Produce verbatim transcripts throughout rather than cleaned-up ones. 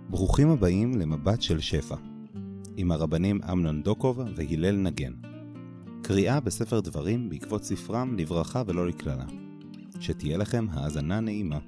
ברוכים הבאים למבט של שפע, עם הרבנים אמנון דוקוב והילל נגן. קריאה בספר דברים בעקבות ספרם לברכה ולא לקללה. שתהיה לכם האזנה נעימה.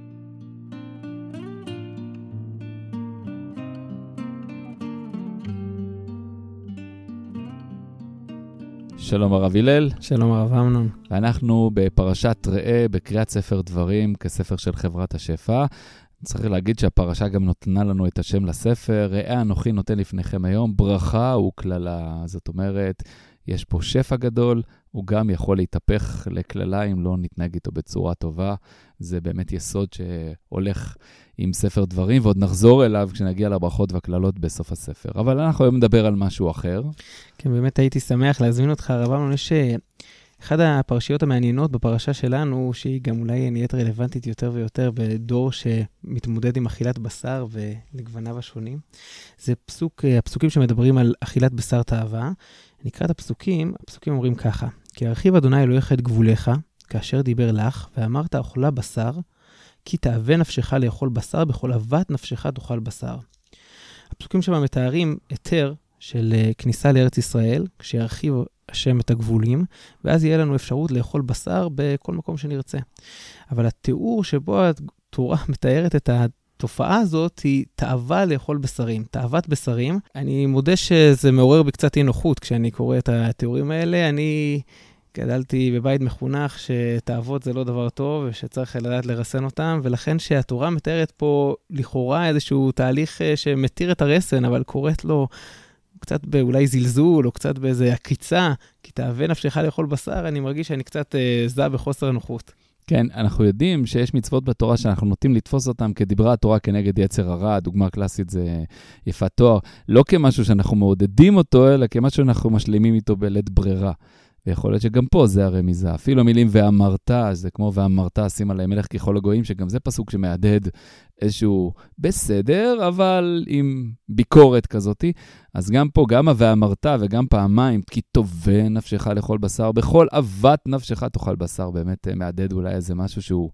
שלום הרב הילל. שלום הרב אמנון. ואנחנו בפרשת ראה בקריאת ספר דברים כספר של חברת השפע. צריך להגיד שהפרשה גם נותנה לנו את השם לספר. ראה אנוכי נותן לפניכם היום ברכה וכללה. זאת אומרת, יש פה שפע גדול, הוא גם יכול להתהפך לכללה אם לא נתנהג איתו בצורה טובה. זה באמת יסוד שהולך עם ספר דברים, ועוד נחזור אליו כשנגיע לברכות והכללות בסוף הספר. אבל אנחנו היום נדבר על משהו אחר. כן, באמת הייתי שמח להזמין אותך, הרב אמנון. יש אחד הפרשיות המעניינות בפרשה שלנו, שהיא גם אולי נהיית רלוונטית יותר ויותר בדור שמתמודד עם אכילת בשר ולגווניו השונים. זה פסוק, הפסוקים שמדברים על אכילת בשר תאווה. נקרא את הפסוקים, הפסוקים אומרים ככה: כי הרחיב אדוני אלוהיך את גבוליך, כאשר דיבר לך, ואמרת אכולה בשר, כי תאווה נפשך לאכול בשר, בכל אהבת נפשך תאכל בשר. הפסוקים שם מתארים היתר של כניסה לארץ ישראל, כשירחיב השם את הגבולים, ואז יהיה לנו אפשרות לאכול בשר בכל מקום שנרצה. אבל התיאור שבו התורה מתארת את התופעה הזאת היא תאווה לאכול בשרים, תאוות בשרים. אני מודה שזה מעורר בקצת אי נוחות כשאני קורא את התיאורים האלה. אני גדלתי בבית מחונך שתאוות זה לא דבר טוב ושצריך לדעת לרסן אותם, ולכן שהתורה מתארת פה לכאורה איזשהו תהליך שמתיר את הרסן, אבל קוראת לו קצת באולי זלזול, או קצת באיזו עקיצה, כי תאווה נפשך לאכול בשר, אני מרגיש שאני קצת אה, זע בחוסר נוחות. כן, אנחנו יודעים שיש מצוות בתורה שאנחנו נוטים לתפוס אותם כדברי התורה כנגד יצר הרע. דוגמה קלאסית זה יפת תואר, לא כמשהו שאנחנו מעודדים אותו, אלא כמשהו שאנחנו משלימים איתו בלית ברירה. ויכול להיות שגם פה זה הרמיזה. אפילו המילים ואמרת, זה כמו ואמרת, שים עליהם מלך ככל הגויים, שגם זה פסוק שמעדד איזשהו בסדר, אבל עם ביקורת כזאת. אז גם פה, גם ואמרת וגם פעמיים, כי תאווה נפשך לאכול בשר, בכל אהבת נפשך תאכל בשר, באמת מעדד אולי איזה משהו שהוא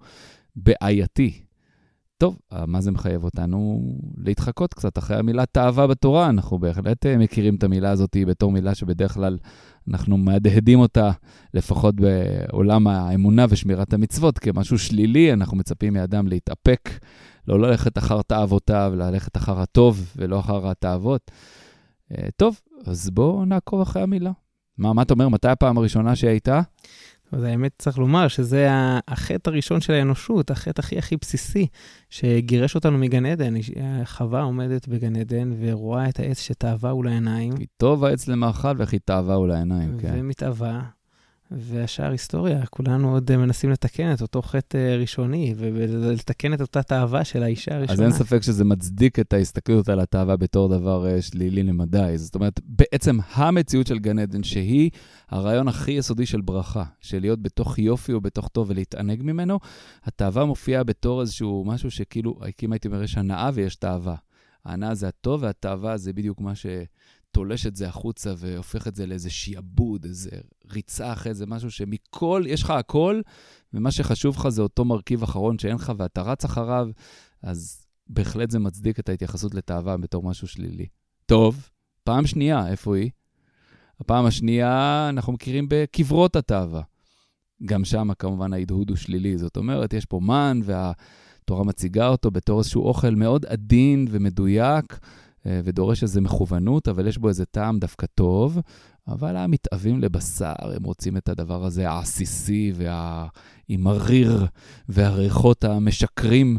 בעייתי. טוב, מה זה מחייב אותנו? להתחקות קצת אחרי המילה תאווה בתורה. אנחנו בהחלט מכירים את המילה הזאת בתור מילה שבדרך כלל אנחנו מהדהדים אותה, לפחות בעולם האמונה ושמירת המצוות, כמשהו שלילי. אנחנו מצפים מאדם להתאפק, לא ללכת אחר תאוותיו, ללכת אחר הטוב ולא אחר התאוות. טוב, אז בואו נעקוב אחרי המילה. מה, מה אתה אומר? מתי הפעם הראשונה שהייתה? אז האמת צריך לומר שזה החטא הראשון של האנושות, החטא הכי הכי בסיסי, שגירש אותנו מגן עדן. חווה עומדת בגן עדן ורואה את העץ שתאווה הוא לעיניים. כי טוב העץ למאכל וכי תאווה הוא לעיניים, כן. ומתאווה, והשאר היסטוריה. כולנו עוד מנסים לתקן את אותו חטא ראשוני, ולתקן את אותה תאווה של האישה הראשונה. אז אין ספק שזה מצדיק את ההסתכלות על התאווה בתור דבר שלילי למדי. זאת אומרת, בעצם המציאות של גן עדן, שהיא הרעיון הכי יסודי של ברכה, של להיות בתוך יופי או בתוך טוב ולהתענג ממנו, התאווה מופיעה בתור איזשהו משהו שכאילו, אם הייתי אומר, יש הנאה ויש תאווה. ההנאה זה הטוב, והתאווה זה בדיוק מה שתולש את זה החוצה והופך את זה לאיזה שיעבוד, איזה ריצה אחרי זה, משהו שמכל, יש לך הכל, ומה שחשוב לך זה אותו מרכיב אחרון שאין לך, ואתה רץ אחריו, אז בהחלט זה מצדיק את ההתייחסות לתאווה בתור משהו שלילי. טוב, פעם שנייה, איפה היא? הפעם השנייה אנחנו מכירים בקברות התאווה. גם שם כמובן ההדהוד הוא שלילי, זאת אומרת, יש פה מן והתורה מציגה אותו בתור איזשהו אוכל מאוד עדין ומדויק, ודורש איזו מכוונות, אבל יש בו איזה טעם דווקא טוב, אבל הם מתאבים לבשר, הם רוצים את הדבר הזה העסיסי והמריר והריחות המשקרים,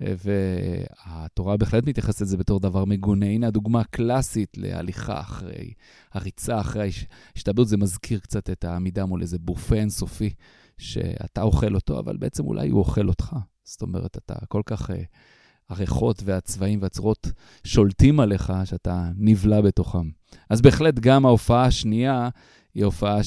והתורה בהחלט מתייחסת לזה בתור דבר מגונה. הנה הדוגמה הקלאסית להליכה אחרי, הריצה אחרי השתבלות, זה מזכיר קצת את העמידה מול איזה בופה אינסופי, שאתה אוכל אותו, אבל בעצם אולי הוא אוכל אותך. זאת אומרת, אתה כל כך הריחות והצבעים והצורות שולטים עליך, שאתה נבלע בתוכם. אז בהחלט גם ההופעה השנייה היא הופעה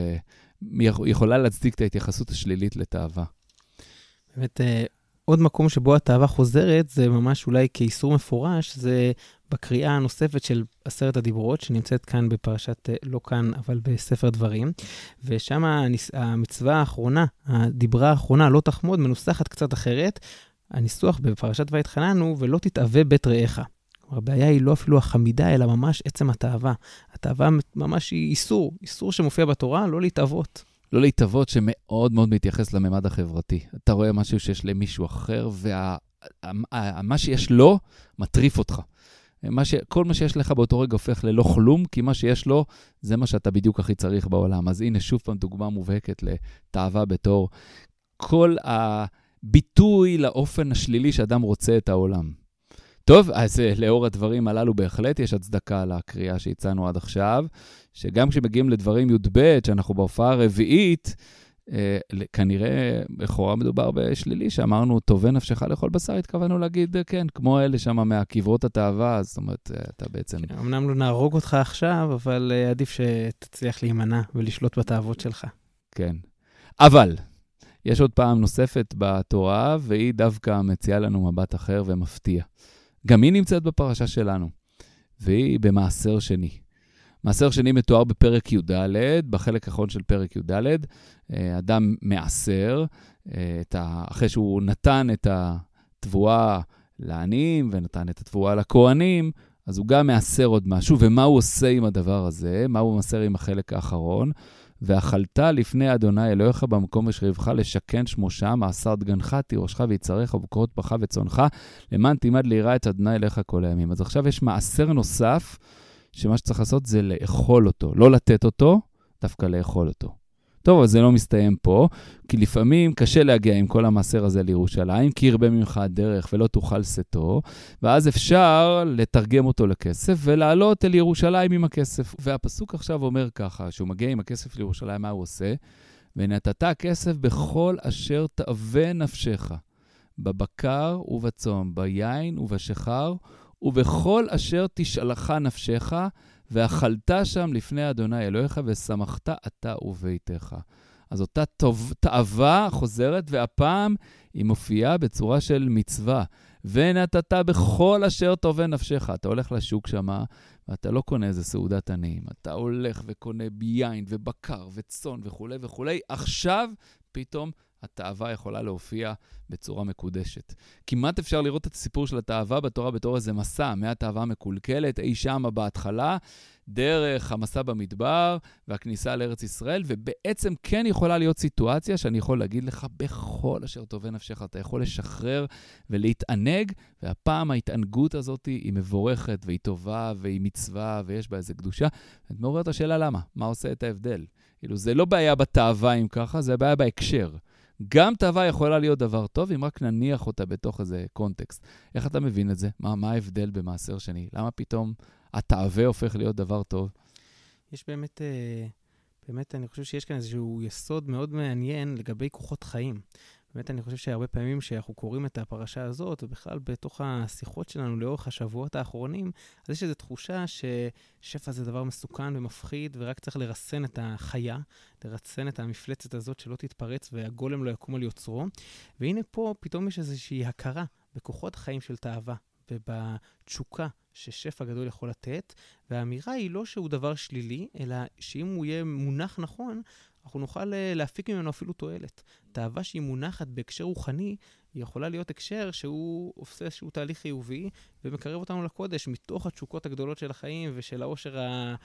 שיכולה להצדיק את ההתייחסות השלילית לתאווה. באמת, עוד מקום שבו התאווה חוזרת, זה ממש אולי כאיסור מפורש, זה בקריאה הנוספת של עשרת הדיברות, שנמצאת כאן בפרשת, לא כאן, אבל בספר דברים, ושם המצווה האחרונה, הדיברה האחרונה, לא תחמוד, מנוסחת קצת אחרת, הניסוח בפרשת ויתחנן הוא, ולא תתאווה בית רעך. כלומר, הבעיה היא לא אפילו החמידה, אלא ממש עצם התאווה. התאווה ממש היא איסור, איסור שמופיע בתורה, לא להתאבות. לא להתאבות שמאוד מאוד מתייחס לממד החברתי. אתה רואה משהו שיש למישהו אחר, ומה שיש לו מטריף אותך. מה ש... כל מה שיש לך באותו רגע הופך ללא כלום, כי מה שיש לו, זה מה שאתה בדיוק הכי צריך בעולם. אז הנה שוב פעם דוגמה מובהקת לתאווה בתור כל הביטוי לאופן השלילי שאדם רוצה את העולם. טוב, אז לאור הדברים הללו בהחלט יש הצדקה לקריאה שהצענו עד עכשיו, שגם כשמגיעים לדברים י' ב' שאנחנו בהופעה הרביעית, אה, כנראה לכאורה מדובר בשלילי, שאמרנו, טובי נפשך לאכול בשר, התכוונו להגיד, כן, כמו אלה שם מהקברות התאווה, זאת אומרת, אתה בעצם... כן, אמנם לא נהרוג אותך עכשיו, אבל אה, עדיף שתצליח להימנע ולשלוט בתאוות שלך. כן. אבל, יש עוד פעם נוספת בתורה, והיא דווקא מציעה לנו מבט אחר ומפתיע. גם היא נמצאת בפרשה שלנו, והיא במעשר שני. מעשר שני מתואר בפרק י' ד', בחלק האחרון של פרק י' ד', אדם מעשר, אחרי שהוא נתן את התבואה לעניים, ונתן את התבואה לכהנים, אז הוא גם מעשר עוד משהו, ומה הוא עושה עם הדבר הזה? מה הוא מעשר עם החלק האחרון? ואכלת לפני אדוני אלוהיך במקום אשר יבחר לשכן שמו שם, מעשר דגנך, תירושך ויצריך ובקרות פך וצונך, למען תימד ליראה את אדוני אליך כל הימים. אז עכשיו יש מעשר נוסף, שמה שצריך לעשות זה לאכול אותו, לא לתת אותו, דווקא לאכול אותו. טוב, אבל זה לא מסתיים פה, כי לפעמים קשה להגיע עם כל המעשר הזה לירושלים, כי ירבה ממך הדרך ולא תוכל שתו, ואז אפשר לתרגם אותו לכסף ולעלות אל ירושלים עם הכסף. והפסוק עכשיו אומר ככה, שהוא מגיע עם הכסף לירושלים, מה הוא עושה? ונתת כסף בכל אשר תאווה נפשך, בבקר ובצום, ביין ובשחר, ובכל אשר תשאלך נפשך, ואכלת שם לפני אדוני אלוהיך, ושמחת אתה וביתך. אז אותה טוב, תאווה חוזרת, והפעם היא מופיעה בצורה של מצווה. ונתת בכל אשר תאווה נפשך. אתה הולך לשוק שמה, ואתה לא קונה איזה סעודת עניים. אתה הולך וקונה ביין ובקר וצאן וכו' וכו'. עכשיו פתאום התאווה יכולה להופיע בצורה מקודשת. כמעט אפשר לראות את הסיפור של התאווה בתורה בתור איזה מסע, מהתאווה המקולקלת, אי שמה בהתחלה, דרך המסע במדבר והכניסה לארץ ישראל, ובעצם כן יכולה להיות סיטואציה שאני יכול להגיד לך, בכל אשר תאווה נפשך, אתה יכול לשחרר ולהתענג, והפעם ההתענגות הזאת היא מבורכת והיא טובה והיא מצווה ויש בה איזה קדושה. את מעוררת השאלה למה? מה עושה את ההבדל? כאילו, זה לא בעיה בתאווה אם ככה, זה בעיה בהקשר. גם תאווה יכולה להיות דבר טוב, אם רק נניח אותה בתוך איזה קונטקסט. איך אתה מבין את זה? מה, מה ההבדל במעשר שני? למה פתאום התאווה הופך להיות דבר טוב? יש באמת, באמת, אני חושב שיש כאן איזשהו יסוד מאוד מעניין לגבי כוחות חיים. באמת, אני חושב שהרבה פעמים שאנחנו קוראים את הפרשה הזאת, ובכלל בתוך השיחות שלנו לאורך השבועות האחרונים, אז יש איזו תחושה ששפע זה דבר מסוכן ומפחיד, ורק צריך לרסן את החיה, לרסן את המפלצת הזאת שלא תתפרץ, והגולם לא יקום על יוצרו. והנה פה פתאום יש איזושהי הכרה בכוחות חיים של תאווה, ובתשוקה ששפע גדול יכול לתת, והאמירה היא לא שהוא דבר שלילי, אלא שאם הוא יהיה מונח נכון, אנחנו נוכל להפיק ממנו אפילו תועלת. תאווה שהיא מונחת בהקשר רוחני, היא יכולה להיות הקשר שהוא עושה איזשהו תהליך חיובי, ומקרב אותנו לקודש, מתוך התשוקות הגדולות של החיים ושל העושר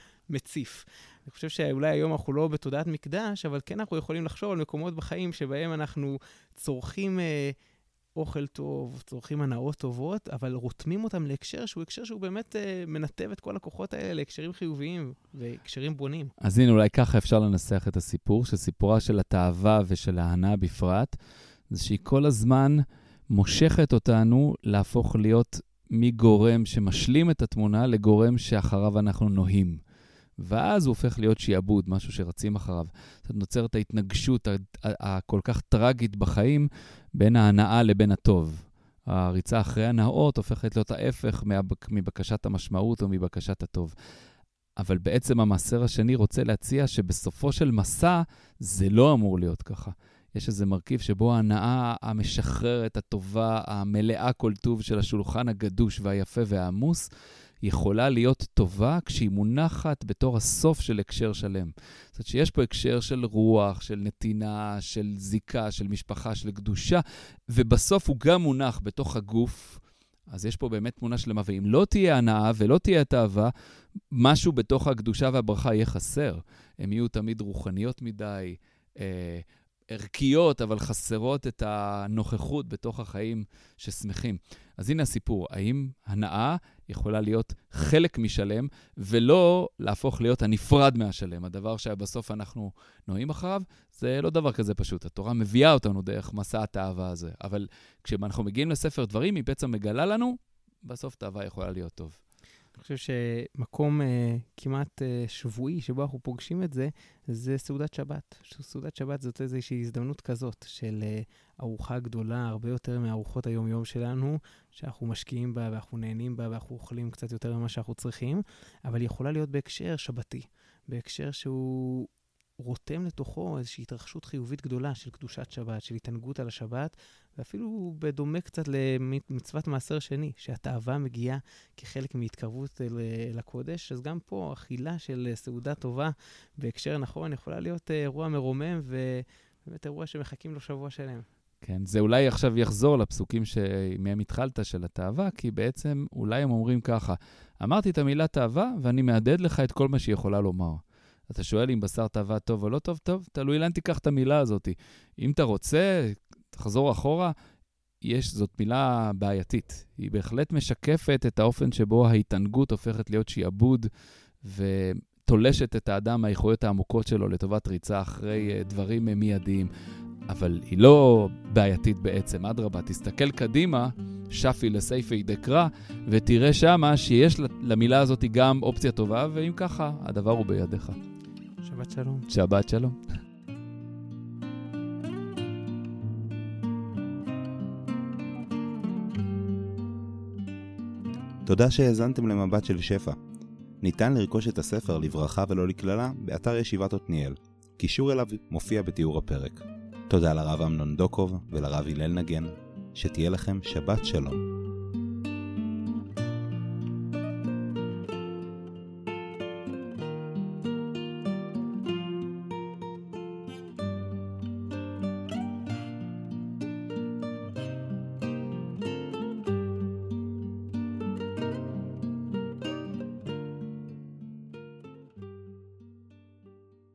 המציף. אני חושב שאולי היום אנחנו לא בתודעת מקדש, אבל כן אנחנו יכולים לחשוב על מקומות בחיים שבהם אנחנו צורכים אה, אוכל טוב, צורכים הנאות טובות, אבל רותמים אותם להקשר שהוא הקשר שהוא באמת אה, מנתב את כל הכוחות האלה להקשרים חיוביים והקשרים בונים. אז הנה אולי ככה אפשר לנסח את הסיפור, שסיפורה של התאווה ושל ההנאה בפרט, זה שהיא כל הזמן מושכת אותנו להפוך להיות מגורם שמשלים את התמונה לגורם שאחריו אנחנו נוהים. ואז הוא הופך להיות שיעבוד, משהו שרצים אחריו. זאת נוצרת ההתנגשות הכל כך טרגית בחיים בין ההנאה לבין הטוב. הריצה אחרי הנאות הופכת להיות ההפך מבקשת המשמעות או מבקשת הטוב. אבל בעצם המעשר השני רוצה להציע שבסופו של מסע זה לא אמור להיות ככה. יש איזה מרכיב שבו ההנאה המשחררת, הטובה, המלאה כל טוב של השולחן הגדוש והיפה והעמוס, יכולה להיות טובה כשהיא מונחת בתור הסוף של הקשר שלם. זאת אומרת שיש פה הקשר של רוח, של נתינה, של זיקה, של משפחה, של קדושה, ובסוף הוא גם מונח בתוך הגוף, אז יש פה באמת תמונה שלמה, ואם לא תהיה הנאה ולא תהיה תאווה, משהו בתוך הקדושה והברכה יהיה חסר. הם יהיו תמיד רוחניות מדי, אה, ערכיות, אבל חסרות את הנוכחות בתוך החיים ששמחים. אז הנה הסיפור, האם הנאה יכולה להיות חלק משלם, ולא להפוך להיות הנפרד מהשלם. הדבר שבסוף אנחנו נועים אחריו, זה לא דבר כזה פשוט. התורה מביאה אותנו דרך מסע התאווה הזה. אבל כשאנחנו מגיעים לספר דברים, היא בעצם מגלה לנו, בסוף תאווה יכולה להיות טוב. אני חושב שמקום uh, כמעט uh, שבועי שבו אנחנו פוגשים את זה, זה סעודת שבת. סעודת שבת זאת איזושהי הזדמנות כזאת של uh, ארוחה גדולה, הרבה יותר מארוחות היום-יום שלנו, שאנחנו משקיעים בה ואנחנו נהנים בה ואנחנו אוכלים קצת יותר ממה שאנחנו צריכים, אבל היא יכולה להיות בהקשר שבתי, בהקשר שהוא רותם לתוכו איזושהי התרחשות חיובית גדולה של קדושת שבת, של התענגות על השבת, ואפילו בדומה קצת למצוות מעשר שני, שהתאווה מגיעה כחלק מהתקרבות אל, אל הקודש, אז גם פה אכילה של סעודה טובה בהקשר נכון יכולה להיות אירוע מרומם, ובאמת אירוע שמחכים לו שבוע שלם. כן, זה אולי עכשיו יחזור לפסוקים שמהם התחלת של התאווה, כי בעצם אולי הם אומרים ככה, אמרתי את המילה תאווה ואני מעדד לך את כל מה שהיא יכולה לומר. אתה שואל אם בשר תאווה טוב או לא טוב, טוב, תלוי לאן תיקח את המילה הזאת. אם אתה רוצה, תחזור אחורה, יש, זאת מילה בעייתית. היא בהחלט משקפת את האופן שבו ההתענגות הופכת להיות שיעבוד, ותולשת את האדם מהאיכויות העמוקות שלו לטובת ריצה אחרי דברים מיידיים. אבל היא לא בעייתית בעצם. אדרבה, תסתכל קדימה, שפי לסייפי דקרא, ותראה שמה שיש למילה הזאת גם אופציה טובה, ואם ככה, הדבר הוא בידיך. שבת שלום. שבת שלום. תודה שהאזנתם למבט של שפע. ניתן לרכוש את הספר לברכה ולא לקללה באתר ישיבת עתניאל. קישור אליו מופיע בתיאור הפרק. תודה לרב אמנון דוקוב ולרב הלל נגן. שתהיה לכם שבת שלום.